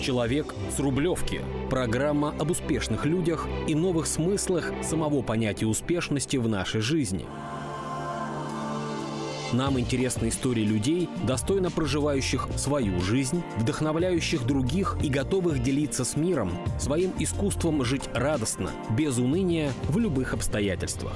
«Человек с Рублевки» – программа об успешных людях и новых смыслах самого понятия успешности в нашей жизни. Нам интересны истории людей, достойно проживающих свою жизнь, вдохновляющих других и готовых делиться с миром своим искусством жить радостно, без уныния, в любых обстоятельствах.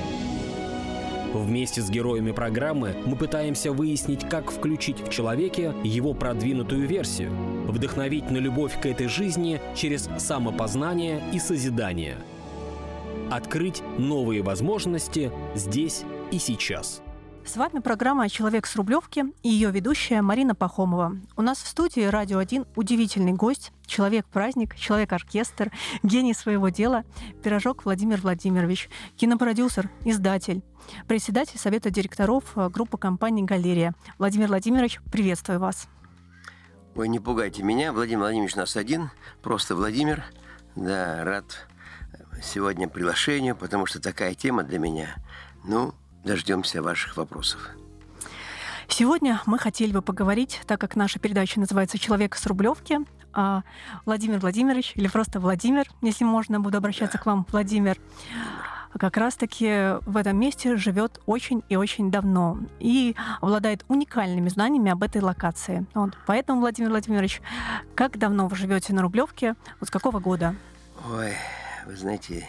Вместе с героями программы мы пытаемся выяснить, как включить в человеке его продвинутую версию, вдохновить на любовь к этой жизни через самопознание и созидание. Открыть новые возможности здесь и сейчас. С вами программа «Человек с Рублевки» и ее ведущая Марина Пахомова. У нас в студии «Радио 1» удивительный гость, человек-праздник, человек-оркестр, гений своего дела, Пирожок Владимир Владимирович, кинопродюсер, издатель, председатель Совета директоров группы компании «Галерия». Владимир Владимирович, приветствую вас. Ой, не пугайте меня, Владимир Владимирович у нас один, просто Владимир. Да, рад сегодня приглашению, потому что такая тема для меня. Дождемся ваших вопросов. Сегодня мы хотели бы поговорить, так как наша передача называется «Человек с Рублевки», Владимир Владимирович, или просто Владимир, если можно, буду обращаться к вам, Владимир, как раз-таки в этом месте живет очень и очень давно и обладает уникальными знаниями об этой локации. Поэтому, Владимир Владимирович, как давно вы живете на Рублевке? С какого года? Ой, вы знаете,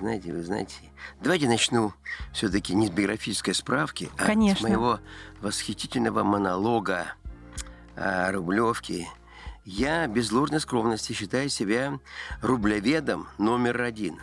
давайте начну все-таки не с биографической справки, Конечно. А с моего восхитительного монолога о Рублевке. Я без ложной скромности считаю себя рублеведом номер один,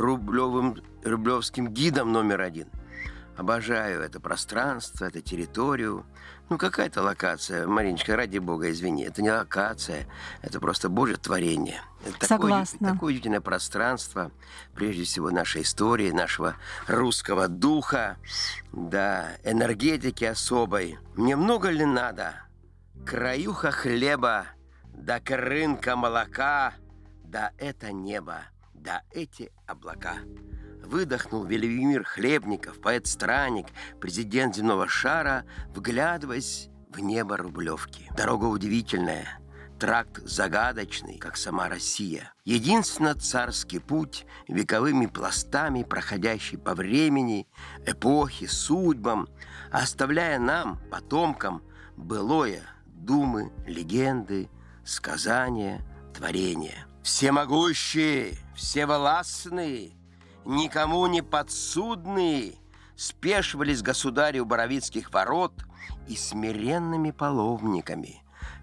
рублевским гидом номер один. Обожаю это пространство, эту территорию. Какая-то локация, Мариночка, ради бога, извини, это не локация, это просто Божье творение. Это Согласна. Такое удивительное пространство, прежде всего, нашей истории, нашего русского духа, да, энергетики особой. Мне много ли надо? Краюха хлеба, да крынка молока, да это небо, да эти облака. Выдохнул Велимир Хлебников, поэт-странник, президент земного шара, вглядываясь в небо Рублевки. Дорога удивительная, тракт загадочный, как сама Россия. Единственно царский путь, вековыми пластами, проходящий по времени, эпохе, судьбам, оставляя нам, потомкам, былое, думы, легенды, сказания, творения. Всемогущие, всевластные, никому не подсудные, спешивались государю Боровицких ворот и смиренными паломниками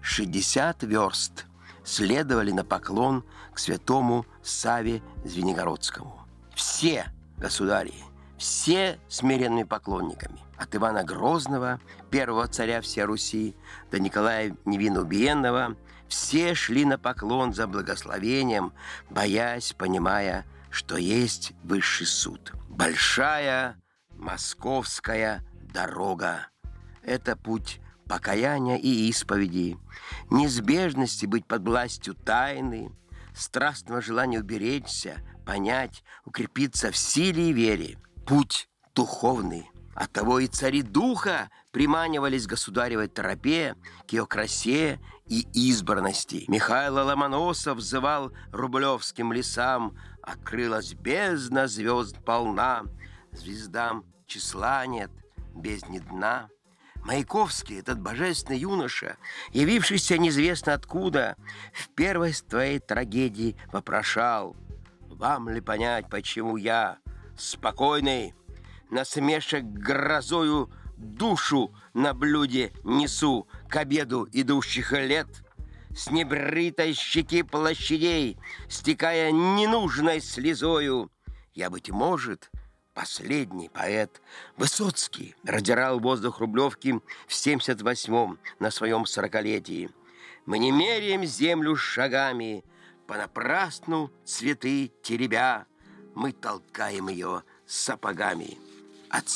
60 верст следовали на поклон к святому Саве Звенигородскому. Все государи, все смиренными поклонниками. От Ивана Грозного, первого царя всей Руси, до Николая Невинноубиенного, все шли на поклон за благословением, боясь, понимая, что есть высший суд. Большая московская дорога – это путь покаяния и исповеди, неизбежности быть под властью тайны, страстного желания уберечься, понять, укрепиться в силе и вере. Путь духовный. Оттого и цари духа приманивались к государевой тропе, к ее красе и избранности. Михаил Ломоносов взывал рублевским лесам: «Открылась бездна звезд полна, звездам числа нет, бездне дна». Маяковский, этот божественный юноша, явившийся неизвестно откуда, в первой твоей трагедии вопрошал: «Вам ли понять, почему я, спокойный, насмешек грозою душу на блюде несу к обеду идущих лет, с небритой щеки площадей, стекая ненужной слезою? Я, быть может, последний поэт». Высоцкий раздирал воздух Рублевки в 78-м на своем 40-летии. «Мы не меряем землю шагами, понапрасну цветы теребя, мы толкаем ее сапогами». От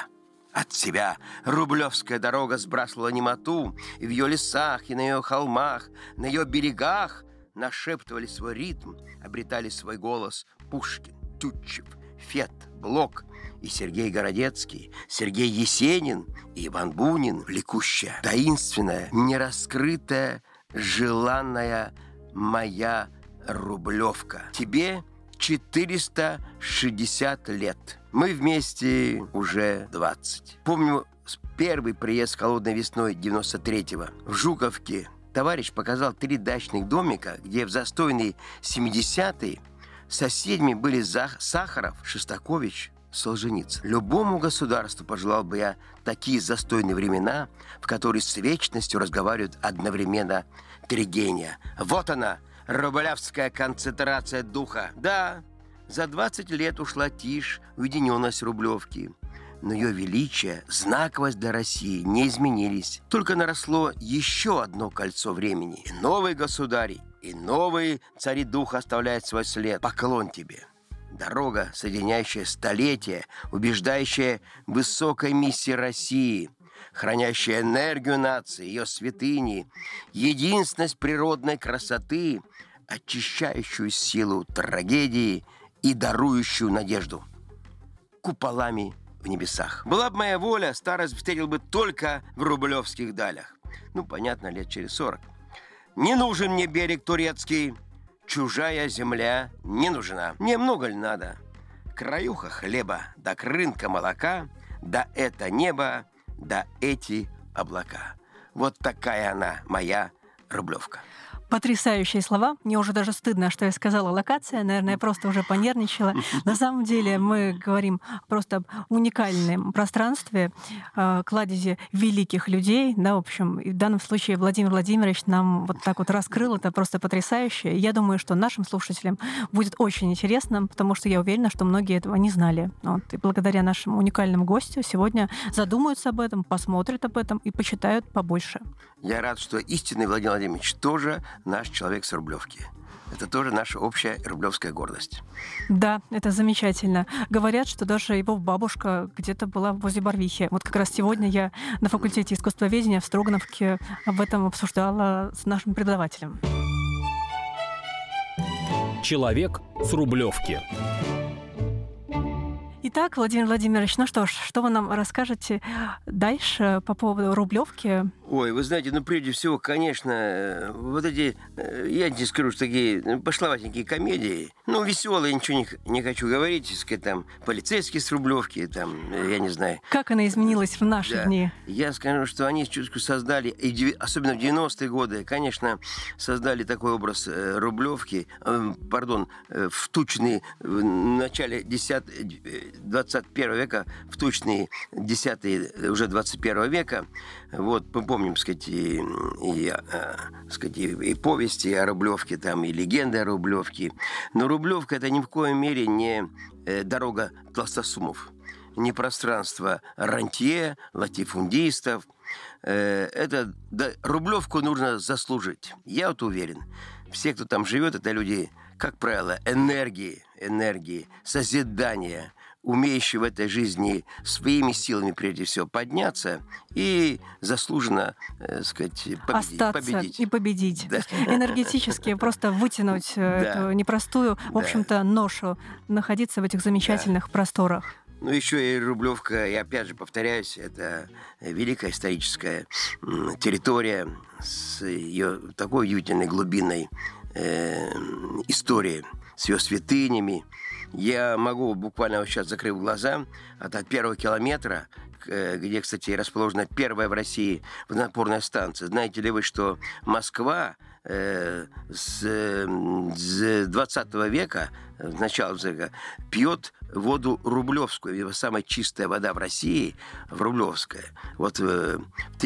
себя Рублевская дорога сбрасывала немоту, и в ее лесах, и на ее холмах, на ее берегах нашептывали свой ритм, обретали свой голос Пушкин, Тютчев, Фет, Блок и Сергей Городецкий, Сергей Есенин и Иван Бунин. Влекущая, таинственная, нераскрытая, желанная моя Рублевка. Тебе 460 лет. Мы вместе уже 20. Помню первый приезд холодной весной 93-го. В Жуковке товарищ показал 3 дачных домика, где в застойные 70-е соседями были Сахаров, Шостакович, Солженицын. Любому государству пожелал бы я такие застойные времена, в которые с вечностью разговаривают одновременно 3 гения. Вот она, рублевская концентрация духа. Да, за 20 лет ушла тишь, уединенность Рублевки. Но ее величие, знаковость для России не изменились. Только наросло еще одно кольцо времени. И новый государь, и новые цари духа оставляют свой след. Поклон тебе. Дорога, соединяющая столетия, убеждающая в высокой миссии России, хранящая энергию нации, ее святыни, единственность природной красоты, очищающую силу трагедии и дарующую надежду. Куполами в небесах. Была бы моя воля, старость встретил бы только в рублевских далях. Ну, понятно, лет через 40. Не нужен мне берег турецкий, чужая земля не нужна. Мне много ли надо? Краюха хлеба, да рынка молока, да это небо, да эти облака. Вот такая она, моя Рублевка. Потрясающие слова. Мне уже даже стыдно, что я сказала локация. Наверное, я просто уже понервничала. На самом деле мы говорим просто об уникальном пространстве, кладези великих людей. Да, в общем, и в данном случае Владимир Владимирович нам вот так вот раскрыл. Это просто потрясающе. Я думаю, что нашим слушателям будет очень интересно, потому что я уверена, что многие этого не знали. Вот. И благодаря нашему уникальному гостю сегодня задумаются об этом, посмотрят об этом и почитают побольше. Я рад, что истинный Владимир Владимирович тоже наш человек с Рублевки. Это тоже наша общая рублевская гордость. Да, это замечательно. Говорят, что даже его бабушка где-то была возле Барвихи. Вот как раз сегодня я на факультете искусствоведения в Строгановке об этом обсуждала с нашим преподавателем. Человек с Рублевки. Итак, Владимир Владимирович, ну что ж, что вы нам расскажете дальше по поводу Рублевки? Ой, вы знаете, ну прежде всего, конечно, вот эти, я не скажу, что такие пошловатенькие комедии, ну веселые, ничего не хочу говорить, сказать, там, полицейские с Рублевки, там, я не знаю. Как она изменилась в наши дни? Я скажу, что они чуточку создали, особенно в 90-е годы, конечно, создали такой образ Рублевки, в тучные, в начале 21 века, в тучные 10-е, уже 21 века, вот, мы помним, сказать, и повести о Рублевке, там, и легенды о Рублевке. Но Рублевка — это ни в коей мере не дорога толстосумов, не пространство рантье, латифундистов. Рублевку нужно заслужить. Я вот уверен, все, кто там живет, это люди, как правило, энергии, созидания, умеющие в этой жизни своими силами, прежде всего, подняться и заслуженно, победить. И победить. Да. Энергетически просто вытянуть эту непростую, в общем-то, ношу, находиться в этих замечательных просторах. Ну, еще и Рублевка, и опять же повторяюсь, это великая историческая территория с ее такой удивительной глубинной историей, с ее святынями. Я могу буквально сейчас, закрыв глаза, от 1 километра, где, кстати, расположена первая в России водонапорная станция. Знаете ли вы, что Москва с 20 века, с начала века, пьет воду рублевскую. Самая чистая вода в России Рублевская. Вот в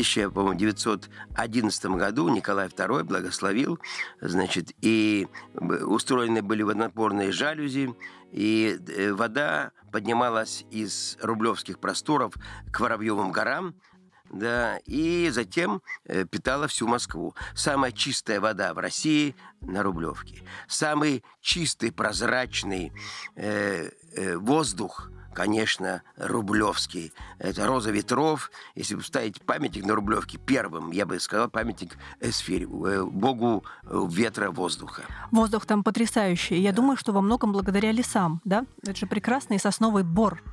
1911 году Николай II благословил, значит, и устроены были водонапорные жалюзи, и вода поднималась из рублевских просторов к Воробьевым горам, да, и затем питала всю Москву. Самая чистая вода в России на Рублевке. Самый чистый, прозрачный воздух, конечно, рублевский. Это «Роза ветров». Если ставить памятник на Рублевке, первым, я бы сказал, памятник Эсфире, богу ветра, воздуха. Воздух там потрясающий. Я думаю, что во многом благодаря лесам, да? Это же прекрасный сосновый бор.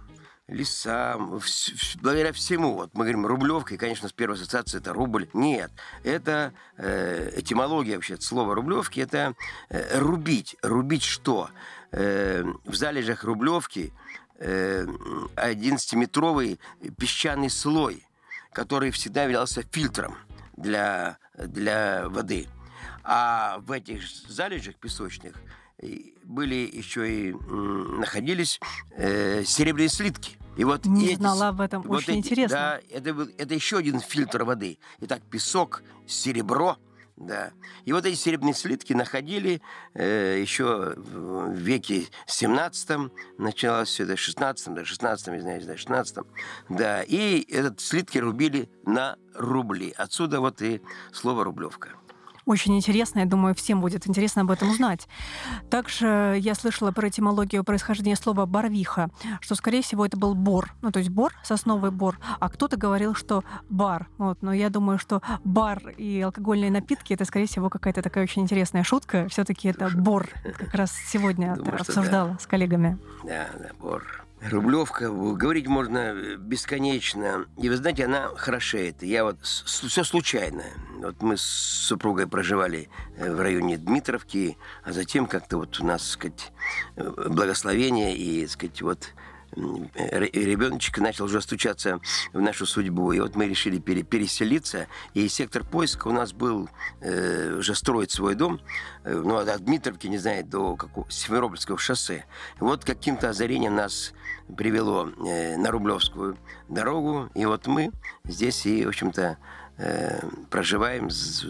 лесам, благодаря всему. Вот мы говорим Рублевка, и, конечно, с первой ассоциации это рубль. Нет, это этимология вообще слова Рублевки, это рубить. Рубить что? В залежах Рублевки 11-метровый песчаный слой, который всегда являлся фильтром для воды. А в этих залежах песочных были еще и находились серебряные слитки. И вот не знала об этом. Вот очень интересно. Да, это еще один фильтр воды. Итак, песок, серебро. Да. И вот эти серебряные слитки находили еще в веке 17-м, началось все это в 16-м, да, 16-м, не знаю, 16-м. Да, и этот слитки рубили на рубли. Отсюда вот и слово «рублевка». Очень интересно, я думаю, всем будет интересно об этом узнать. Также я слышала про этимологию происхождения слова «барвиха», что, скорее всего, это был бор. Ну, то есть бор, сосновый бор. А кто-то говорил, что бар. Вот. Но я думаю, что бар и алкогольные напитки — это, скорее всего, какая-то такая очень интересная шутка. Все-таки это бор. Как раз сегодня обсуждала с коллегами. Да, бор. Рублевка, говорить можно бесконечно. И вы знаете, она хорошеет. Я вот все случайно. Вот мы с супругой проживали в районе Дмитровки, а затем как-то вот у нас, так сказать, благословение и, так сказать, вот ребеночек начал уже стучаться в нашу судьбу. И вот мы решили переселиться. И сектор поиска у нас был уже строить свой дом. Ну, от Дмитровки, не знаю, до Симферопольского шоссе. Вот каким-то озарением нас привело на Рублевскую дорогу. И вот мы здесь и, в общем-то, проживаем с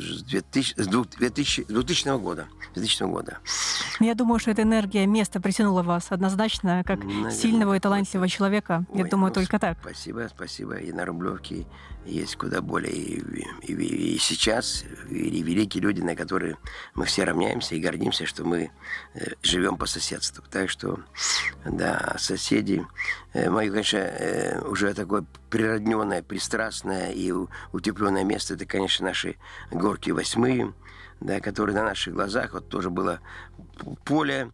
2000 года. Я думаю, что эта энергия места притянула вас однозначно, как сильного и талантливого человека. Я думаю, только так. Спасибо. И на Рублевке есть куда более и сейчас и великие люди, на которые мы все равняемся и гордимся, что мы живем по соседству. Так что, да, соседи, мое, конечно, уже такое природненное, пристрастное и утепленное место, это, конечно, наши горки 8-е, да, которые на наших глазах, вот тоже было поле,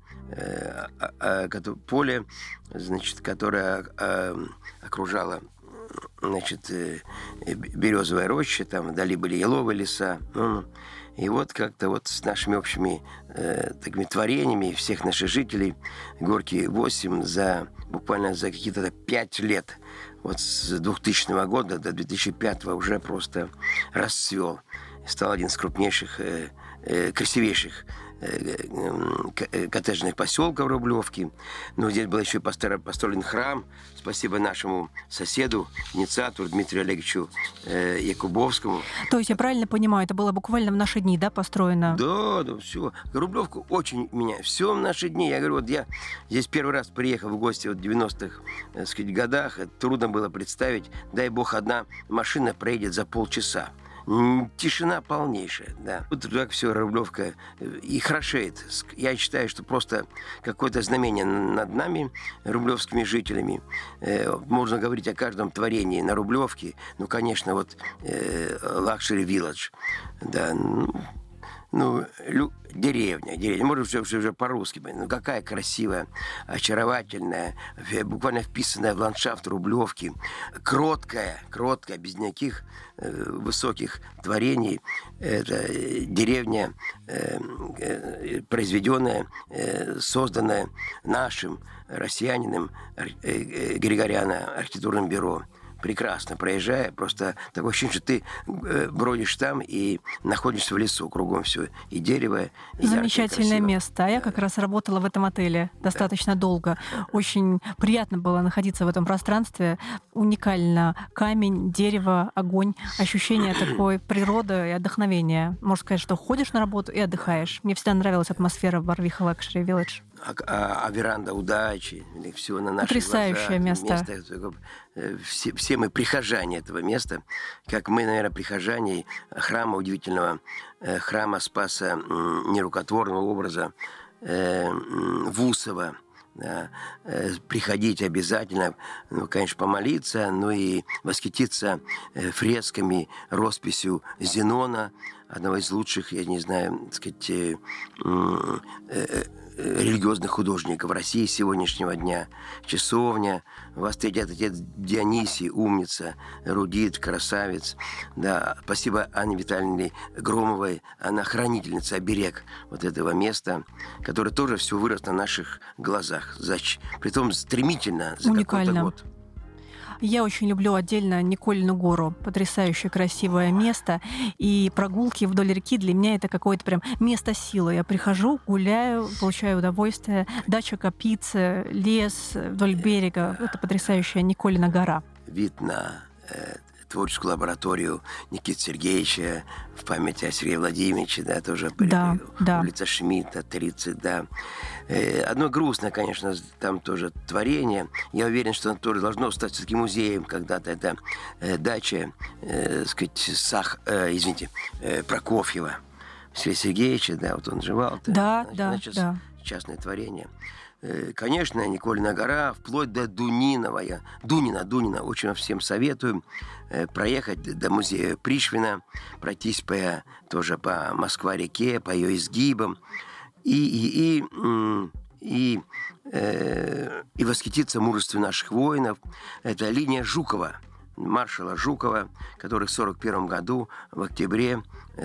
значит, которое окружало, значит, березовая роща, там вдали были еловые леса. И вот как-то вот с нашими общими такими творениями всех наших жителей горки 8 буквально за какие-то 5 лет, вот с 2000 года до 2005 уже просто расцвел. Стал один из крупнейших, красивейших коттеджных поселков Рублевки. Но здесь был еще построен храм. Спасибо нашему соседу, инициатору Дмитрию Олеговичу Якубовскому. То есть я правильно понимаю, это было буквально в наши дни, да, построено? Да, все. Рублевку очень меняет. Все в наши дни. Я говорю, вот я здесь первый раз приехал в гости в 90-х, так сказать, годах. Трудно было представить. Дай бог, одна машина проедет за полчаса. Тишина полнейшая, да. Вот так все, Рублевка и хорошеет. Я считаю, что просто какое-то знамение над нами, рублевскими жителями. Можно говорить о каждом творении на Рублевке. Ну, конечно, вот Luxury Village, да, деревня. Может, все уже по-русски. Ну, какая красивая, очаровательная, буквально вписанная в ландшафт Рублевки. Кроткая, без никаких высоких творений. Это деревня, произведенная, созданная нашим россиянином Григоряна архитектурным бюро. Прекрасно проезжая, просто такое ощущение, что ты бродишь там и находишься в лесу, кругом все и дерево, и замечательное место. А я как раз работала в этом отеле достаточно долго. Очень приятно было находиться в этом пространстве. Уникально камень, дерево, огонь, ощущение такой природы и отдохновения. Можно сказать, что ходишь на работу и отдыхаешь. Мне всегда нравилась атмосфера Барвиха Luxury Village. А веранда удачи, все на наших потрясающее глазах. Место. Все мы прихожане этого места, как мы, наверное, прихожане храма удивительного, храма Спаса нерукотворного образа Вусова. Да, приходить обязательно, конечно, помолиться, но и восхититься фресками, росписью Зенона, одного из лучших, я не знаю, так сказать, религиозных художников России сегодняшнего дня. Часовня, вас встретит отец Дионисий, умница, эрудит, красавец. Да, спасибо Анне Витальевне Громовой, она хранительница, оберег вот этого места, которое тоже все вырос на наших глазах. Притом стремительно за какой-то год. Я очень люблю отдельно Николину гору. Потрясающее красивое место. И прогулки вдоль реки для меня это какое-то прям место силы. Я прихожу, гуляю, получаю удовольствие. Дача Капицы, лес вдоль берега. Это потрясающая Николина гора. Вид на творческую лабораторию Никиты Сергеевича в память о Сергее Владимировиче, да, тоже улица Шмидта, 30, да. Одно грустное, конечно, там тоже творение. Я уверен, что оно тоже должно стать все-таки музеем когда-то. Это дача, Прокофьева Сергея Сергеевича, да, вот он жевал. Да. Частное творение. Конечно, Николина гора, вплоть до Дунина. Очень всем советую проехать до музея Пришвина, пройтись тоже по Москва-реке, по ее изгибам и восхититься мужеством наших воинов. Это линия Жукова, маршала Жукова, который в 1941 году в октябре,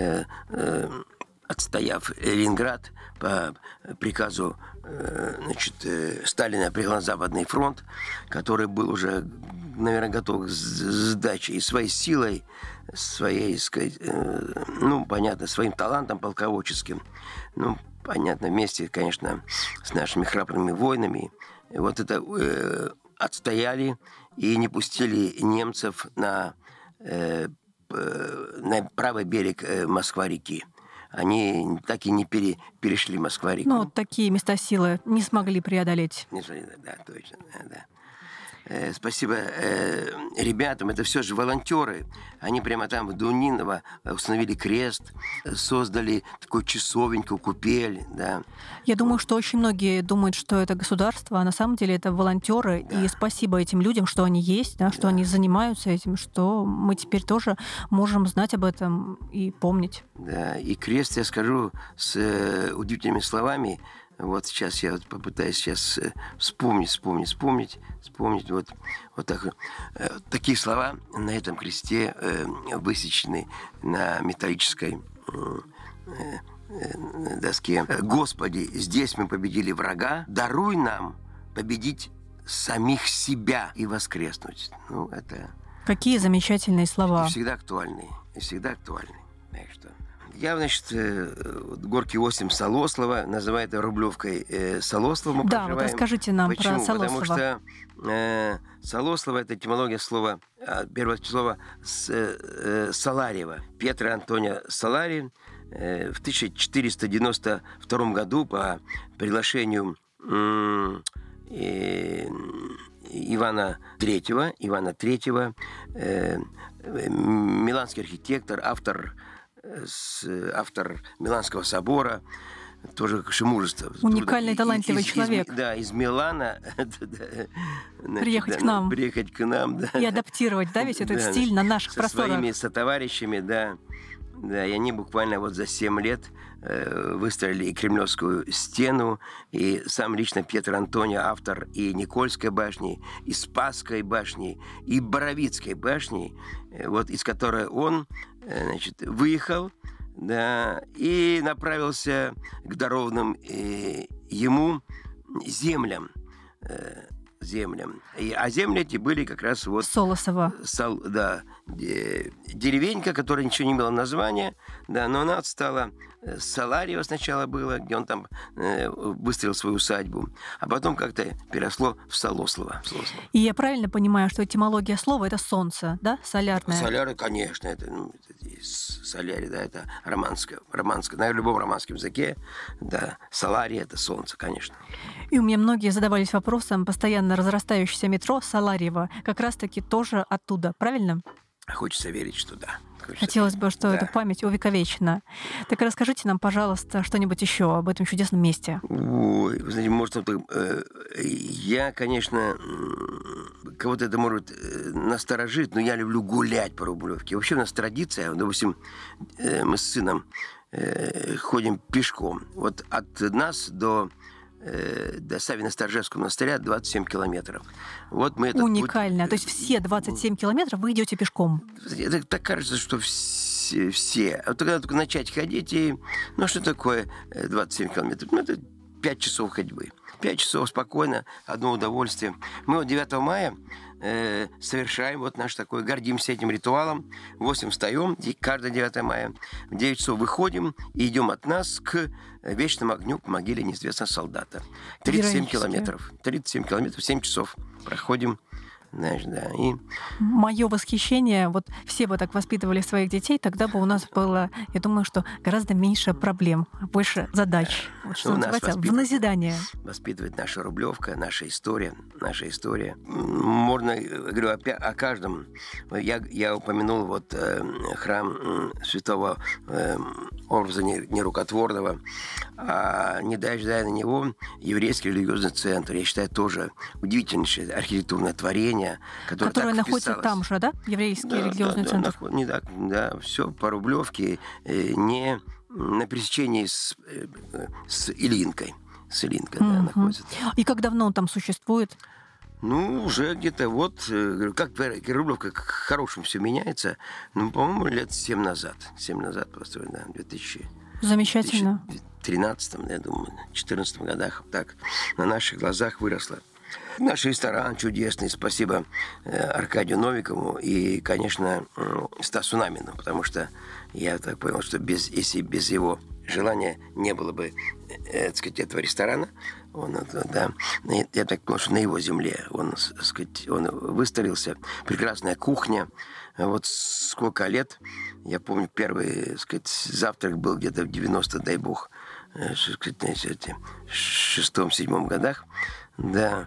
отстояв Ленинград, по приказу Сталина приехал на Западный фронт, который был уже, наверное, готов к сдаче, и своей силой, своей, сказать, понятно, своим талантом полководческим, понятно, вместе, конечно, с нашими храбрыми воинами, вот это отстояли и не пустили немцев на правый берег Москва-реки. Они так и не перешли Москва-реку. Такие места силы не смогли преодолеть. Да, точно, да. Спасибо ребятам. Это все же волонтеры. Они прямо там в Дуниново установили крест, создали такую часовеньку, купель. Да. Я думаю, что очень многие думают, что это государство, а на самом деле это волонтеры. Да. И спасибо этим людям, что они есть, что они занимаются этим, что мы теперь тоже можем знать об этом и помнить. Да, и крест, я скажу, с удивительными словами. Вот сейчас я попытаюсь вспомнить. Вот так. Такие слова на этом кресте высечены на металлической доске. «Господи, здесь мы победили врага, даруй нам победить самих себя и воскреснуть». Это... Какие замечательные слова. И всегда актуальны. Так что... Я, Горький 8 Солослова, называю это Рублевкой Солослова. Да, вот расскажите нам Почему? Про Солослова. Потому что Солослова – это этимология слова, первое слово Саларьева. Петр Антония Саларий в 1492 году по приглашению Ивана III, миланский архитектор, автор Миланского собора, тоже мужество. Уникальный, талантливый человек. Из Милана приехать к нам, да. И адаптировать, весь этот стиль на наших просторах. Со своими сотоварищами, да. Да, и они буквально за 7 лет выстроили и Кремлевскую стену, и сам лично Петр Антоний, автор и Никольской башни, и Спасской башни, и Боровицкой башни, из которой он выехал, да, и направился к дарованным ему землям. А земли эти были как раз Солосово. Деревенька, которая ничего не имела названия, да, но она стала Саларьево сначала было, где он там выстроил свою усадьбу, а потом как-то переросло в Солослово. И я правильно понимаю, что этимология слова — это солнце, да? Солярное? Соляры, конечно, это солярий, да, это романское. На любом романском языке, да, соларий — это солнце, конечно. И у меня многие задавались вопросом, постоянно разрастающееся метро Саларьево как раз-таки тоже оттуда, правильно? Хочется верить, что да. Хотелось бы, что эта память увековечена. Так расскажите нам, пожалуйста, что-нибудь еще об этом чудесном месте. Ой, вы знаете, может, я, конечно, кого-то это может насторожить, но я люблю гулять по Рублевке. Вообще у нас традиция, допустим, мы с сыном ходим пешком. Вот от нас до до Савино-Сторжевского монастыря 27 километров. Вот мы этот Уникально. путь... То есть все 27 километров вы идете пешком? Это так кажется, что все. А когда только начать ходить, и... Ну, что такое 27 километров? Ну, это 5 часов ходьбы. 5 часов спокойно, одно удовольствие. Мы вот 9 мая совершаем вот наш такой, гордимся этим ритуалом. В 8 встаем, каждое 9 мая. В 9 часов выходим и идем от нас к вечному огню, к могиле неизвестного солдата. 37 километров. 37 километров, 7 часов проходим. Знаешь, да. И... Мое восхищение, вот все бы так воспитывали своих детей, тогда бы у нас было, я думаю, что гораздо меньше проблем, больше задач. Вот что называется, в назидание. Воспитывает наша Рублевка, наша история, наша история. Можно, говорю, о каждом. Я упомянул вот храм святого образа нерукотворного, а не доезжая на него, еврейский религиозный центр, я считаю, тоже удивительнейшее архитектурное творение, которое находится там же, да? Еврейский религиозный центр. Да, все по Рублевке, не на пересечении с Ильинкой. С Ильинкой, да, находится. И как давно он там существует? Ну, уже где-то вот, как Рублевка к хорошему все меняется, ну, по-моему, лет 7 назад. 7 назад построен, да, 2000. Замечательно. В 2013, я думаю, 2014 годах так на наших глазах выросло. Наш ресторан чудесный, спасибо Аркадию Новикову и, конечно, Стасу Намину, потому что я так понял, что если без его желания не было бы, так сказать, этого ресторана, я так понял, что на его земле он выстроился. Прекрасная кухня. Вот сколько лет, я помню, первый, так сказать, завтрак был где-то в 90, дай бог, в 6-7 годах, да.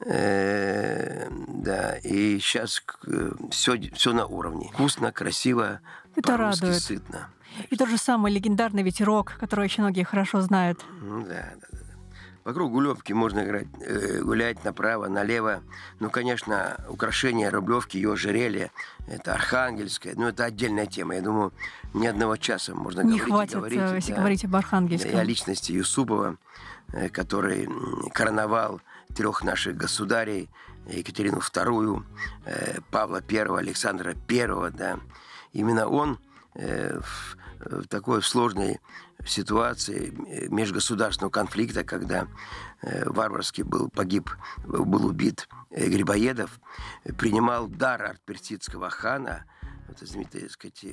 Да, и сейчас все на уровне. Вкусно, красиво, это радует. Сытно. И тот же самый легендарный ветерок, который очень многие хорошо знают. Да. Вокруг Рублевки можно гулять направо, налево. Ну, конечно, украшение Рублевки, ее ожерелье, это Архангельское. Ну, это отдельная тема. Я думаю, ни одного часа можно не говорить. Если говорить об Архангельском. И о личности Юсупова, который короновал 3 наших государей, Екатерину II, Павла I, Александра I, да. Именно он в такой сложной ситуации межгосударственного конфликта, когда варварски был убит Грибоедов, принимал дар от персидского хана, это знаменитый, так сказать,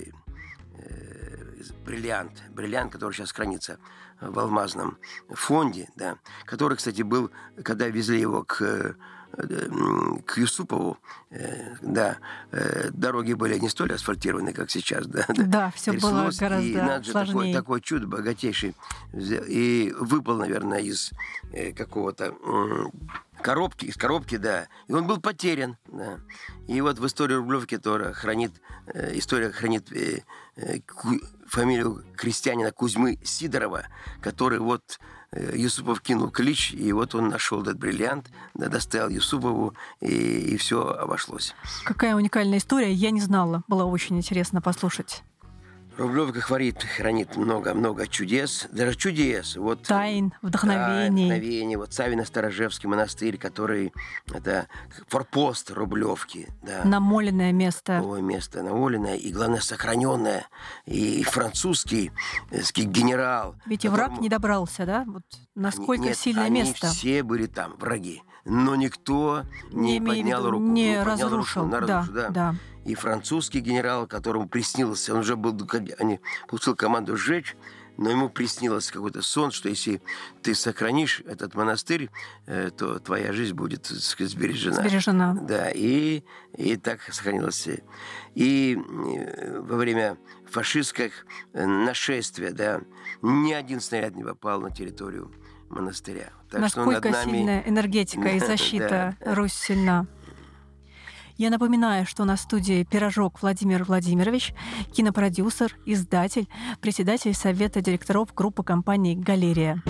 бриллиант, который сейчас хранится в алмазном фонде, да, который, кстати, был, когда везли его к Юсупову, да, дороги были не столь асфальтированы, как сейчас, да. Да, все было гораздо и надо же сложнее. такое чудо богатейший. И выпал, наверное, из какого-то из коробки, да. И он был потерян, да. И вот в истории Рублевки история хранит фамилию крестьянина Кузьмы Сидорова, который вот Юсупов кинул клич, и вот он нашел этот бриллиант, да, доставил Юсупову, и все обошлось. Какая уникальная история, я не знала. Было очень интересно послушать. Рублевка хранит много чудес, даже чудес. Вот, тайн, вдохновений. Да, вдохновений. Вот Савино-Сторожевский монастырь, который это форпост Рублевки. Да. Намоленное место. Новое место, намоленное и, главное, сохраненное. И французский генерал. Ведь и враг не добрался, да? Вот насколько сильное они место. Все были там, враги. Но никто не поднял руку. Не разрушил. Да. И французский генерал, которому приснилось, он уже получил команду сжечь, но ему приснилось какой-то сон, что если ты сохранишь этот монастырь, то твоя жизнь будет, так сказать, сбережена. Да, и так сохранилось. И во время фашистских нашествия, да, ни один снаряд не попал на территорию монастыря. Так насколько что сильная энергетика и защита Русь сильна. Я напоминаю, что на студии Пирожок Владимир Владимирович, кинопродюсер, издатель, председатель совета директоров группы компании «Галерия».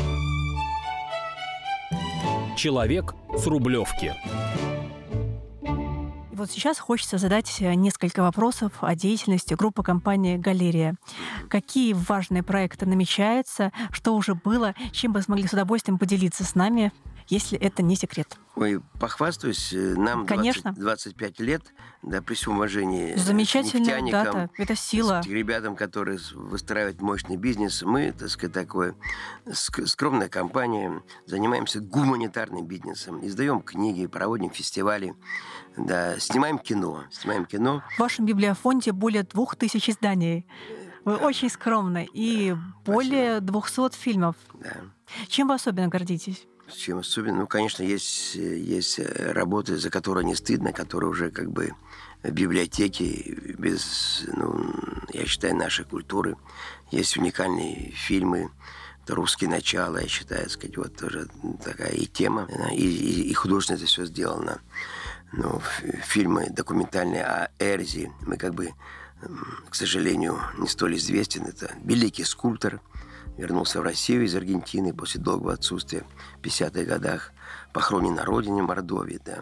Человек с Рублевки. вот сейчас хочется задать несколько вопросов о деятельности группы компании «Галерия». Какие важные проекты намечаются, что уже было, чем вы смогли с удовольствием поделиться с нами, если это не секрет? Ой, похвастаюсь, нам 25 лет, да, при всем уважении замечательная нефтяникам, дата, это сила. Ребятам, которые выстраивают мощный бизнес. Мы, так сказать, такое скромная компания, занимаемся гуманитарным бизнесом, издаем книги, проводим фестивали, да, снимаем кино. В вашем библиофонде более 2000 изданий. Вы очень скромны. И более 200 фильмов. Да. Чем вы особенно гордитесь? Чем особенно? Ну, конечно, есть работы, за которые не стыдно, которые уже как бы в библиотеке без, я считаю, нашей культуры. Есть уникальные фильмы. Это «Русские начала», я считаю, так сказать, вот тоже такая и тема, и художественно это все сделано. Ну, фильмы документальные о Эрзе. Мы как бы, к сожалению, не столь известен. Это великий скульптор. Вернулся в Россию из Аргентины после долгого отсутствия в 50-х годах. Похоронен на родине Мордовии. Да.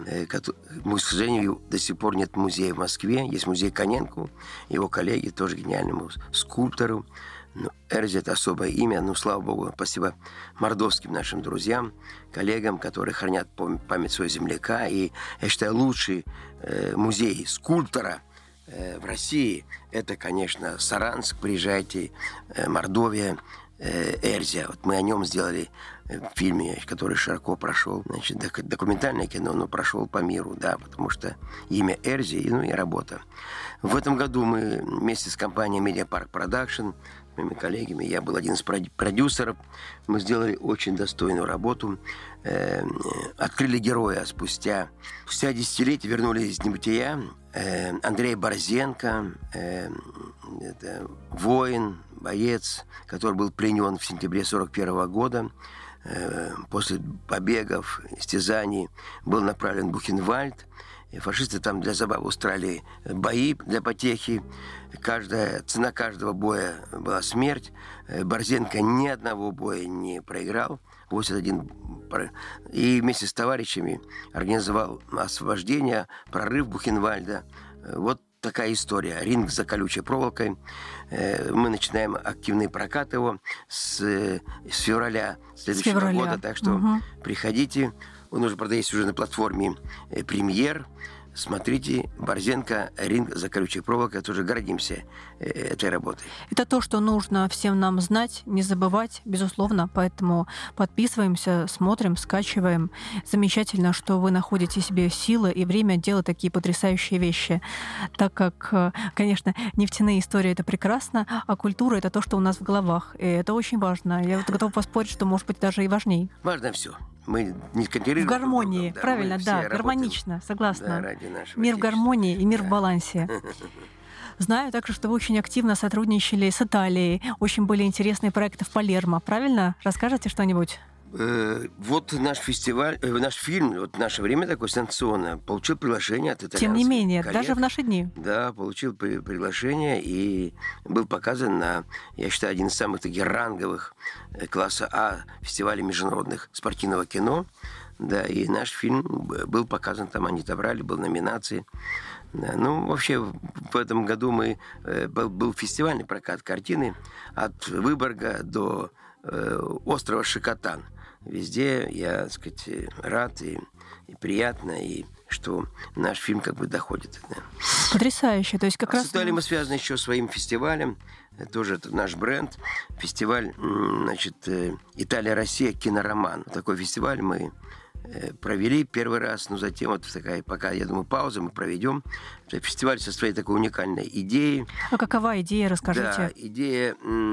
К сожалению, до сих пор нет музея в Москве. Есть музей Коненку, его коллеги, тоже гениальному скульптору. Но Эрзе – это особое имя. Ну, слава богу, спасибо мордовским нашим друзьям, коллегам, которые хранят память своего земляка. И, я считаю, лучший музей скульптора в России – это, конечно, Саранск. Приезжайте, Мордовия, Эрзе. Вот мы о нем сделали в фильме, который широко прошел. Значит, документальное кино, но прошел по миру, да, потому что имя Эрзе, и работа. В этом году мы вместе с компанией Mediapark Production, моими коллегами, я был один из продюсеров, мы сделали очень достойную работу. Открыли героя спустя десятилетия, вернули из небытия. Андрей Борзенко, это воин, боец, который был пленен в сентябре 1941 года. После побегов, истязаний был направлен в Бухенвальд. И фашисты там для забавы устраивали бои для потехи. Цена каждого боя была смерть. Борзенко ни одного боя не проиграл. 81. И вместе с товарищами организовал освобождение, прорыв Бухенвальда. Вот такая история. Ринг за колючей проволокой. Мы начинаем активный прокат его с февраля следующего года. Так что приходите. Он уже продается уже на платформе «Премьер». Смотрите, Борзенко, «Ринг за колючей проволокой». Тоже гордимся этой работой. Это то, что нужно всем нам знать, не забывать, безусловно. Поэтому подписываемся, смотрим, скачиваем. Замечательно, что вы находите себе силы и время делать такие потрясающие вещи. Так как, конечно, нефтяные истории — это прекрасно, а культура — это то, что у нас в головах. И это очень важно. Я вот готова поспорить, что, может быть, даже и важнее. Важно все. Мы не конкурируем. В гармонии, да, правильно, да, гармонично, согласна. Да, мир в гармонии и мир в балансе. Знаю также, что вы очень активно сотрудничали с Италией. Очень были интересные проекты в Палермо, правильно? Расскажете что-нибудь? Вот наш фестиваль, наш фильм, вот наше время такое сенсационное, получил приглашение от итальянских Тем не менее, коллег. Даже в наши дни. Да, получил приглашение и был показан на, я считаю, один из самых таких ранговых класса А фестивалей международных спортивного кино. Да, и наш фильм был показан там, они отобрали, был в номинации. Да, вообще, в этом году был фестивальный прокат картины от Выборга до острова Шикотан. Везде я, так сказать, рад и приятно, и что наш фильм как бы доходит. Да. Потрясающе. То есть как раз... С Италией мы связаны еще своим фестивалем. Тоже это наш бренд. Фестиваль, Италия-Россия кинороман. Такой фестиваль мы провели первый раз, но затем вот такая, пока, я думаю, пауза мы проведем. Фестиваль со своей такой уникальной идеей. А какова идея, расскажите? Да, идея...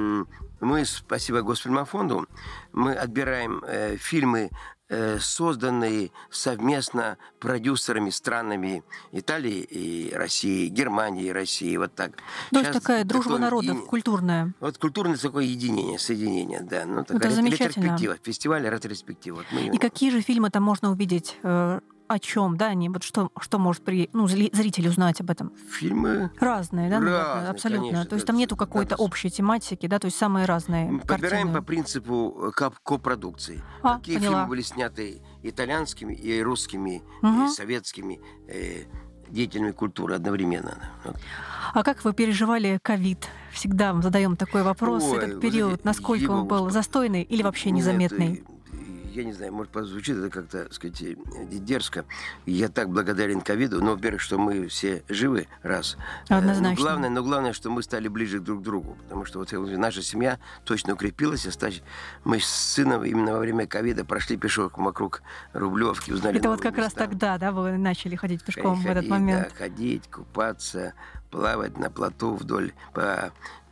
Мы, спасибо Госфильмофонду, мы отбираем фильмы, созданные совместно продюсерами странами Италии и России, Германии и России, вот так. То есть такая дружба народов, культурная. Вот культурное такое единение, соединение, да. Это замечательно. Ретроспектива, фестиваль ретроспектива. Вот и какие же фильмы там можно увидеть? О чем, да, они, вот что может зритель узнать об этом? Фильмы разные, да, разные, абсолютно. Конечно, то есть там нету какой-то общей тематики, да, то есть самые разные. Подбираем картины. По принципу копродукции. Какие поняла. фильмы были сняты итальянскими и русскими, и советскими деятелями культуры одновременно. Вот. А как вы переживали ковид? Всегда задаем такой вопрос. Этот период, насколько он был застойный или вообще незаметный? Я не знаю, может, прозвучит это как-то, так сказать, дерзко. Я так благодарен ковиду. Ну, во-первых, что мы все живы, раз. Однозначно. Но главное, что мы стали ближе друг к другу. Потому что вот наша семья точно укрепилась. Мы с сыном именно во время ковида прошли пешком вокруг Рублевки, узнали Это вот как места. раз тогда, да, вы начали ходить пешком в этот момент? Да, ходить, купаться, плавать на плоту вдоль по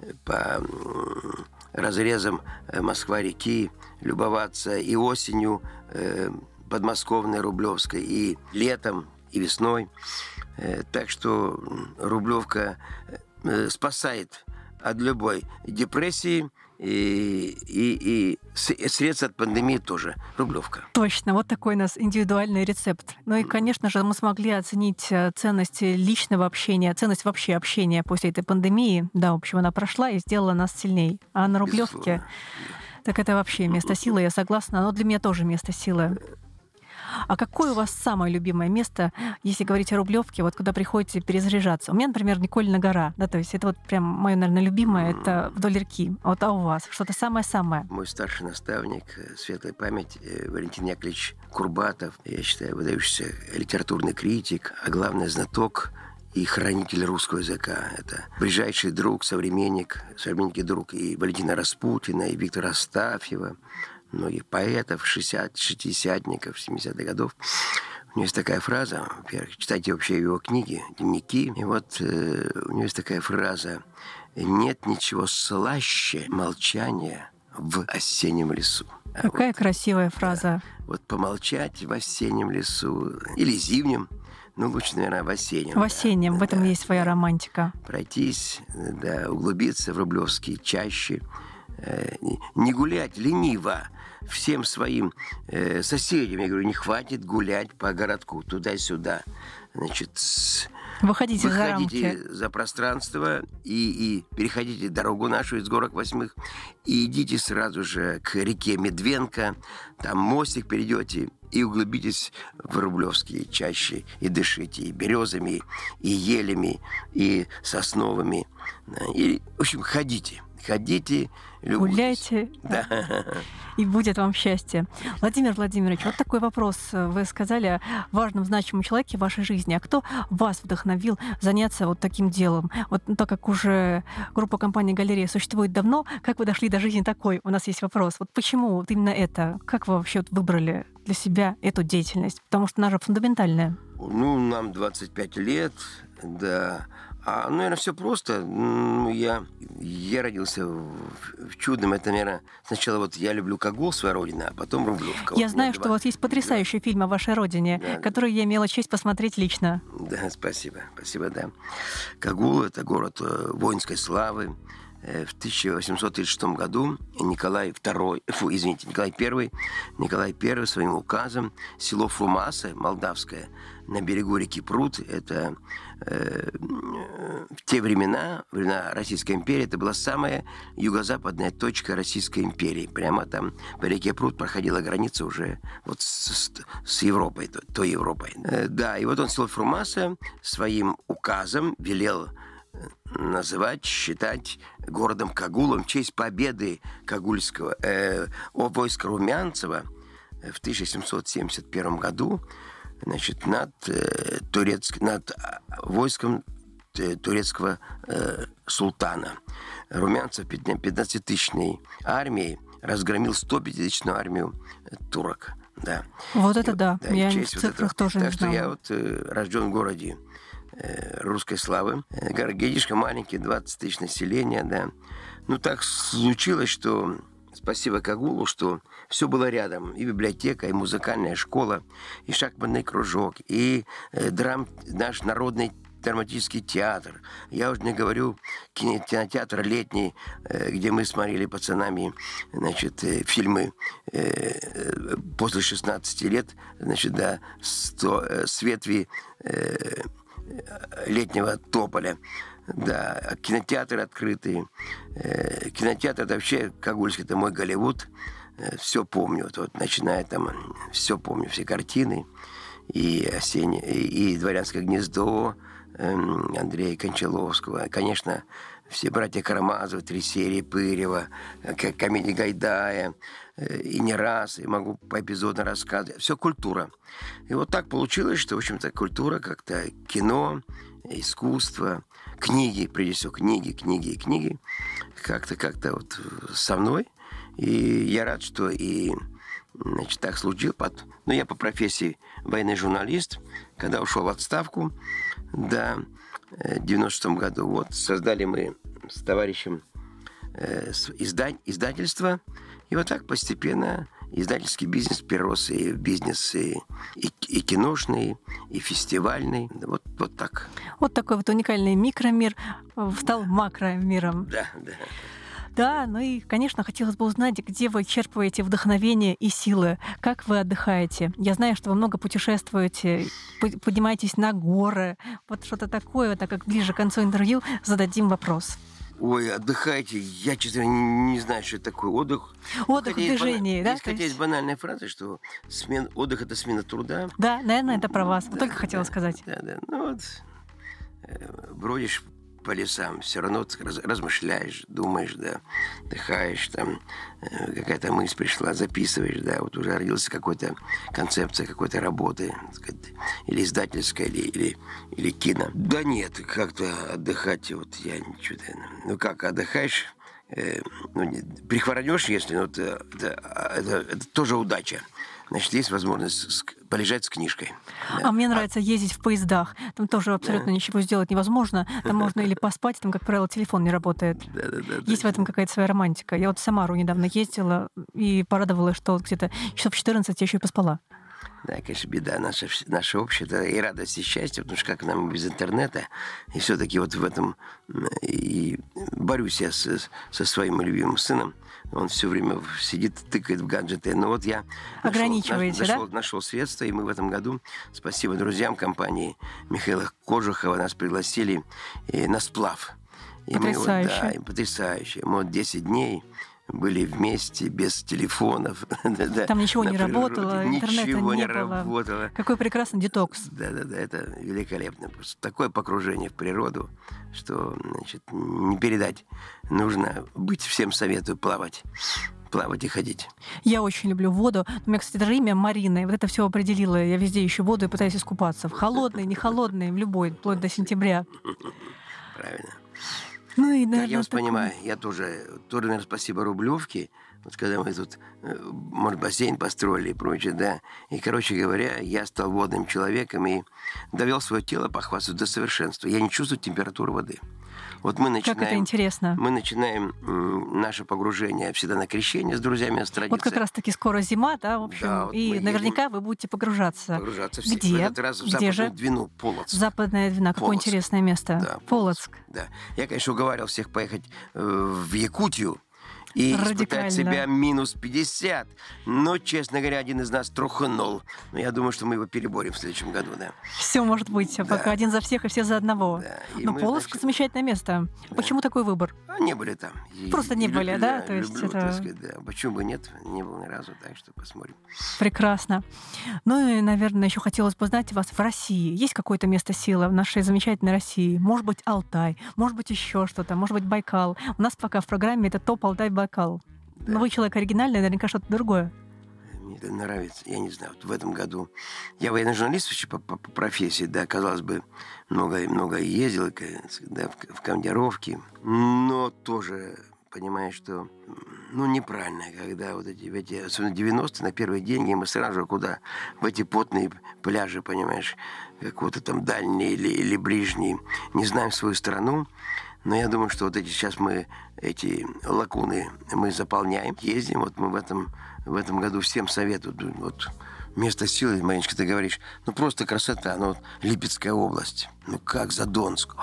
разрезам Москва-реки, любоваться и осенью подмосковной, Рублевской, и летом, и весной. Так что Рублевка спасает от любой депрессии, и средств от пандемии тоже. Рублевка. Точно, вот такой у нас индивидуальный рецепт. Ну и, конечно же, мы смогли оценить ценность личного общения, ценность вообще общения после этой пандемии. Да, в общем, она прошла и сделала нас сильней. А на Рублевке, так это вообще место силы, я согласна, но для меня тоже место силы. А какое у вас самое любимое место, если говорить о Рублевке, вот когда приходите перезаряжаться? У меня, например, Никольна гора, да, то есть это вот прям мое, наверное, любимое, это вдоль реки. Вот, а у вас что-то самое-самое? Мой старший наставник, светлая память, Валентин Яковлевич Курбатов, я считаю, выдающийся литературный критик, а главное, знаток и хранитель русского языка. Это ближайший друг, современник и друг и Валентина Распутина, и Виктора Астафьева, многих поэтов, шестидесятников, 70-х годов. У него есть такая фраза, во-первых, читайте вообще его книги, дневники, и вот у него есть такая фраза: «Нет ничего слаще молчания в осеннем лесу». Какая красивая фраза. Да, вот помолчать в осеннем лесу или зимнем, ну, лучше, наверное, в осеннем. В осеннем, в этом есть своя романтика. Пройтись, да, углубиться в рублевские чащи, не гулять лениво всем своим соседям. Я говорю, не хватит гулять по городку туда-сюда. Значит, выходите за рамки. За пространство и переходите дорогу нашу из горок 8 и идите сразу же к реке Медвенка. Там мостик перейдете и углубитесь в рублевские чащи и дышите и березами, и елями, и сосновыми. И, в общем, ходите, любуйтесь. Гуляйте, да. И будет вам счастье. Владимир Владимирович, вот такой вопрос. Вы сказали о важном, значимом человеке в вашей жизни. А кто вас вдохновил заняться вот таким делом? Вот так как уже группа компании «Галерея» существует давно, как вы дошли до жизни такой? У нас есть вопрос. Вот почему вот именно это? Как вы вообще выбрали для себя эту деятельность? Потому что она же фундаментальная. Ну, нам 25 лет, да. Наверное, все просто. Я родился в чудном. Это, наверное, сначала вот я люблю Кагул, своя родина, а потом Рублевка. Я знаю, что у вас есть потрясающий фильм о вашей родине, который я имела честь посмотреть лично. Да, спасибо, да. Кагул — это город воинской славы. В 1836 году Николай I своим указом село Фрумасы, молдавское, на берегу реки Прут, это в те времена Российской империи, это была самая юго-западная точка Российской империи. Прямо там по реке Прут проходила граница уже вот с Европой, той Европой. Да, и вот он село Фрумасы своим указом велел считать городом Кагулом в честь победы Кагульского войска Румянцева в 1771 году, значит, над войском турецкого султана. Румянцев 15-тысячной армией разгромил 150-тысячную армию турок. Да. Вот это да. Я в цифрах тоже не знала. Так что я вот рожден в городе русской славы. Городишко маленький, 20 тысяч населения, да. Ну, так случилось, что спасибо Кагулу, что все было рядом. И библиотека, и музыкальная школа, и шахматный кружок, и наш народный драматический театр. Я уже не говорю кинотеатр летний, где мы смотрели пацанами, значит, фильмы после 16 лет, значит, да, с ветви летнего тополя. Да, кинотеатры открытые. Кинотеатр — это вообще Кагульский, это мой Голливуд. Все помню. Вот начиная там, все помню, все картины. и «Дворянское гнездо» Андрея Кончаловского. Конечно, все братья Карамазовы, 3 серии Пырьева, комедии Гайдая, и не раз, и могу поэпизодно рассказывать. Все культура. И вот так получилось, что, в общем-то, культура как-то кино, искусство, книги, прежде всего, книги, как-то вот со мной. И я рад, что значит, так случилось. Но я по профессии военный журналист, когда ушел в отставку, да, в 96-м году, вот, создали мы с товарищем издательство, и вот так постепенно издательский бизнес перерос и в бизнес и киношный, и фестивальный. Вот так. Вот такой вот уникальный микромир стал макромиром. Да. Да, ну и, конечно, хотелось бы узнать, где вы черпаете вдохновение и силы, как вы отдыхаете. Я знаю, что вы много путешествуете, поднимаетесь на горы, вот что-то такое, так как ближе к концу интервью зададим вопрос. Ой, отдыхайте. Я, честно, не знаю, что это такое отдых. Отдых в движении, да? Хотя есть банальная фраза, что отдых – это смена труда. Да, наверное, это про вас. Только хотела сказать. Да. Ну вот, бродишь по лесам, все равно ты размышляешь, думаешь, да, отдыхаешь, там какая-то мысль пришла, записываешь, да, вот уже родилась какая-то концепция какой-то работы, так сказать, или издательская, или кино. Да нет, как-то отдыхать, вот я ничего, ну как, отдыхаешь, прихворнешь, если, ну, это тоже удача. Значит, есть возможность полежать с книжкой. Да. А мне нравится ездить в поездах. Там тоже абсолютно ничего сделать невозможно. Там можно или поспать, там, как правило, телефон не работает. Есть в этом какая-то своя романтика. Я вот в Самару недавно ездила и порадовалась, что где-то часов 14 я еще и поспала. Да, конечно, беда наша общая, это и радость, и счастье, потому что как нам без интернета, и все-таки вот в этом и борюсь я со своим любимым сыном, он все время сидит, тыкает в гаджеты, но вот я нашел средства, и мы в этом году, спасибо друзьям компании Михаила Кожухова, нас пригласили на сплав. Потрясающе. Потрясающе. Мы вот 10 дней были вместе, без телефонов. Там ничего не работало, интернета не было. Работало. Какой прекрасный детокс. Да, это великолепно. Просто такое погружение в природу, что, значит, не передать. Нужно быть, всем советую, плавать и ходить. Я очень люблю воду. У меня, кстати, даже имя Марина. И вот это все определило. Я везде ищу воду и пытаюсь искупаться. В холодной, не холодной, в любой, вплоть до сентября. Правильно. Ну и, наверное, я вас понимаю, я тоже, наверное, спасибо Рублевке, вот когда мы тут, может, бассейн построили и прочее, да, и, короче говоря, я стал водным человеком и довел свое тело, похвастаться, до совершенства. Я не чувствую температуру воды. Вот мы начинаем... Как это интересно. Мы начинаем наше погружение всегда на крещение с друзьями с традицией. Вот как раз-таки скоро зима, да, в общем, да, вот и наверняка вы будете погружаться. Где? В этот раз в Западную Двину, Полоцк. Западная Двина, какое интересное место. Да, Полоцк. Да. Я, конечно, уговаривал всех поехать в Якутию и испытать себя минус 50. Но, честно говоря, один из нас труханул. Но я думаю, что мы его переборем в следующем году, да. Все может быть, да. Пока один за всех и все за одного. Да. Но Полоцк замечательное место. Да. Почему такой выбор? Не были там. Просто не были, да? То есть люблю, это... так сказать, да. Почему бы нет? Не был ни разу, так что посмотрим. Прекрасно. Ну и, наверное, еще хотелось бы узнать вас в России. Есть какое-то место силы в нашей замечательной России? Может быть, Алтай, может быть, еще что-то, может быть, Байкал. У нас пока в программе это топ Алтай-Байкал. Да. Но вы человек оригинальный, наверняка что-то другое. Мне это нравится. Я не знаю, вот в этом году... Я военный журналист вообще по профессии, да, казалось бы, много ездил, да, в командировки, но тоже понимаешь, что, неправильно, когда вот эти особенно 90-е, на первые деньги мы сразу же куда? В эти потные пляжи, понимаешь, какого-то там дальние или ближние, не знаем свою страну. Но я думаю, что вот сейчас мы эти лакуны мы заполняем, ездим. Вот мы в этом году всем советую. Вот место силы, Мариночка, ты говоришь, просто красота. Вот Липецкая область, как Задонск.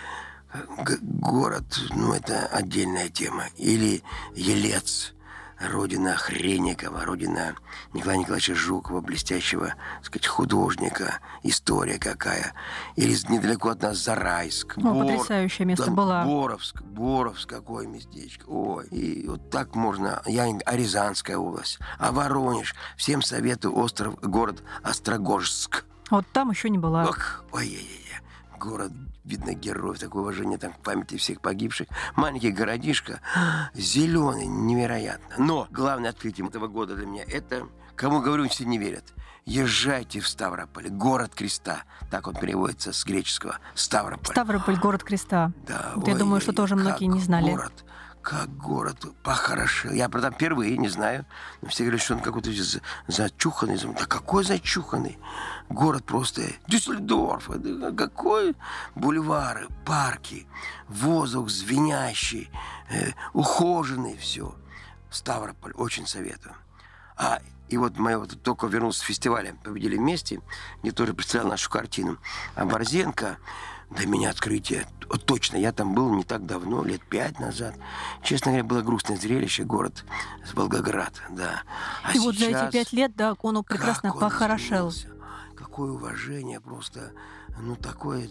Город, это отдельная тема. Или Елец, родина Хренникова, родина Николая Николаевича Жукова, блестящего, так сказать, художника, история какая. Или недалеко от нас Зарайск. Потрясающее место было. Боровск, какое местечко. Ой, и вот так можно. Рязанская область, а Воронеж. Всем советую город Острогожск. Вот там еще не была. Ой-ой-ой. Город, видно, героев, такое уважение там к памяти всех погибших. Маленький городишко, зеленый, невероятно. Но главное открытие этого года для меня это, кому говорю, все не верят. Езжайте в Ставрополь, город креста. Так он переводится с греческого. Ставрополь. Ставрополь, город креста. Да, Вот я думаю, что тоже многие не знали. Как город похорошел. Я про там впервые не знаю. Но все говорят, что он какой-то зачуханный. Да какой зачуханный? Город просто Дюссельдорф. Какой? Бульвары, парки, воздух звенящий, ухоженный, все. Ставрополь, очень советую. И вот мы вот только вернулся с фестиваля «Победили вместе», где тоже представлял нашу картину. А Борзенко, для меня открытие. Вот точно, я там был не так давно, лет 5 назад. Честно говоря, было грустное зрелище, город Волгоград, да. И вот за эти 5 лет, да, он прекрасно похорошел. Какое уважение просто, такое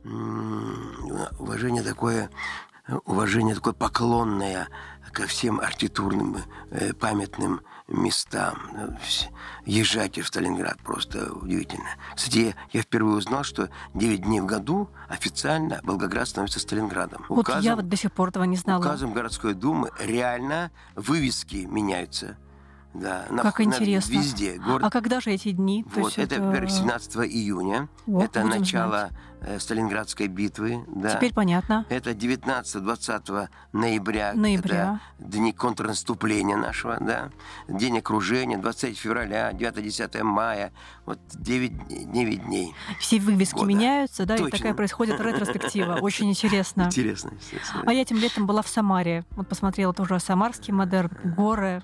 уважение такое поклонное ко всем архитектурным памятным местам. Езжайте в Сталинград, просто удивительно. Кстати, я впервые узнал, что 9 дней в году официально Волгоград становится Сталинградом. Вот я до сих пор этого не знала. Указом городской думы реально вывески меняются. Да, как интересно. Везде. А когда же эти дни? Вот, это, во-первых, 17 июня. Вот, это начало Сталинградской битвы. Да. Теперь понятно. Это 19-20 ноября. Это дни контрнаступления нашего. Да. День окружения. 23 февраля, 9-10 мая. Вот 9 дней. Все вывески меняются, да? Точно. И такая происходит ретроспектива. Очень интересно. Интересно. А я этим летом была в Самаре. Вот посмотрела тоже самарский модерн, горы.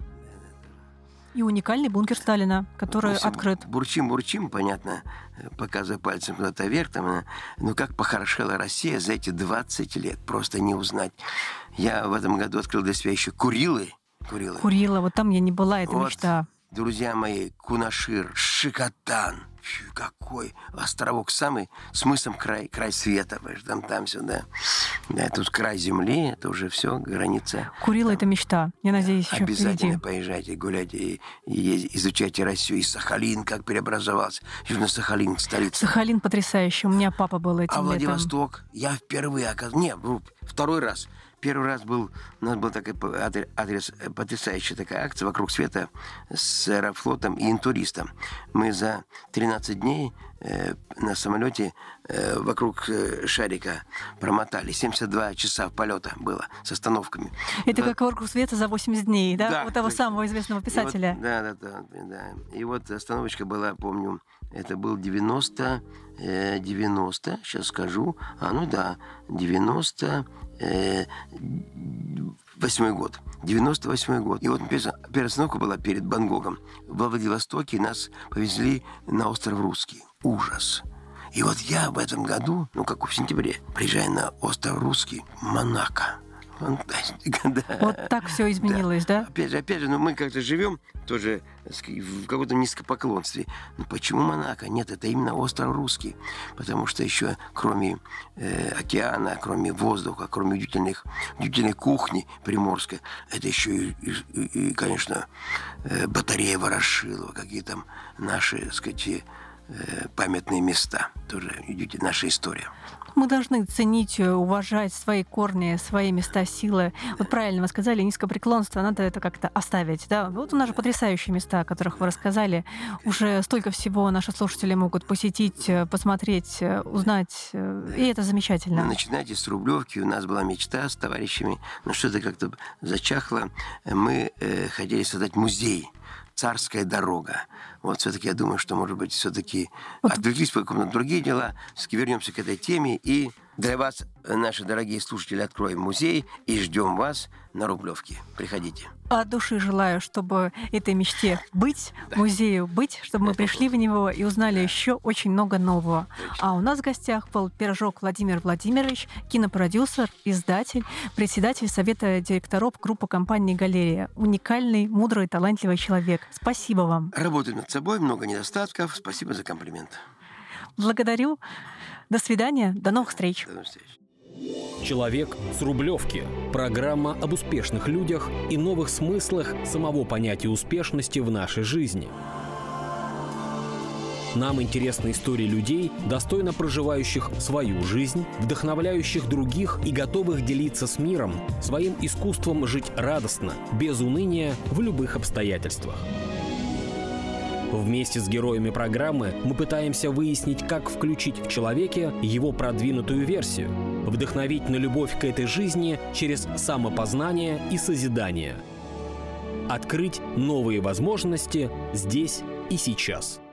И уникальный бункер Сталина, который открыт. Бурчим, понятно, показывая пальцем куда-то вверх. Там, но как похорошела Россия за эти 20 лет, просто не узнать. Я в этом году открыл для себя еще Курилы. Вот там я не была, это мечта. Друзья мои, Кунашир, Шикотан. Какой островок, самый смыслом край света, там все, да. Да, тут край земли, это уже все, граница. Курила — это мечта. Я надеюсь, еще обязательно впереди. Поезжайте, гуляйте и изучайте Россию. И Сахалин, как преобразовался. Южно-Сахалин, столица. Сахалин потрясающий. У меня папа был этим летом. Владивосток? Я впервые второй раз. Первый раз у нас был такой адрес, потрясающая такая акция «Вокруг света» с Аэрофлотом и Интуристом. Мы за 13 дней на самолете вокруг шарика промотали. 72 часа полета было с остановками. Это как «Вокруг света» за 80 дней, да? Да, у того самого известного писателя. Да. И вот остановочка была, помню, это был 90, сейчас скажу, 98 год. 98 год. И вот первая остановка была перед Бангкоком. Во Владивостоке нас повезли на остров Русский. Ужас. И вот я в этом году, как в сентябре, приезжаю на остров Русский, Монако. Фантастика, да. Вот так все изменилось, да? Опять же, мы как-то живем тоже в каком-то низкопоклонстве. Но почему Монако? Нет, это именно остров Русский. Потому что еще кроме океана, кроме воздуха, кроме удивительной кухни приморской, это еще и конечно, батарея Ворошилова, какие там наши, так сказать, памятные места. Тоже наша история. Мы должны ценить, уважать свои корни, свои места силы. Вот правильно вы сказали, низкопреклонство, надо это как-то оставить. Да? Вот у нас же потрясающие места, о которых вы рассказали. Уже столько всего наши слушатели могут посетить, посмотреть, узнать. И это замечательно. Начинайте с Рублевки. У нас была мечта с товарищами. Но что-то как-то зачахло. Мы хотели создать музей. «Царская дорога». Вот все-таки я думаю, что, может быть, все-таки отвлеклись на другие дела, вернемся к этой теме. И для вас, наши дорогие слушатели, откроем музей и ждем вас на Рублевке. Приходите. От души желаю, чтобы этой мечте быть, музею быть, чтобы мы пришли в него и узнали еще очень много нового. А у нас в гостях был Пирожок Владимир Владимирович, кинопродюсер, издатель, председатель совета директоров группы компании «Галерия». Уникальный, мудрый, талантливый человек. Спасибо вам. Работаем над собой, много недостатков. Спасибо за комплимент. Благодарю. До свидания. До новых встреч. До новых встреч. «Человек с Рублевки» – программа об успешных людях и новых смыслах самого понятия успешности в нашей жизни. Нам интересны истории людей, достойно проживающих свою жизнь, вдохновляющих других и готовых делиться с миром своим искусством жить радостно, без уныния, в любых обстоятельствах. Вместе с героями программы мы пытаемся выяснить, как включить в человеке его продвинутую версию, вдохновить на любовь к этой жизни через самопознание и созидание, открыть новые возможности здесь и сейчас.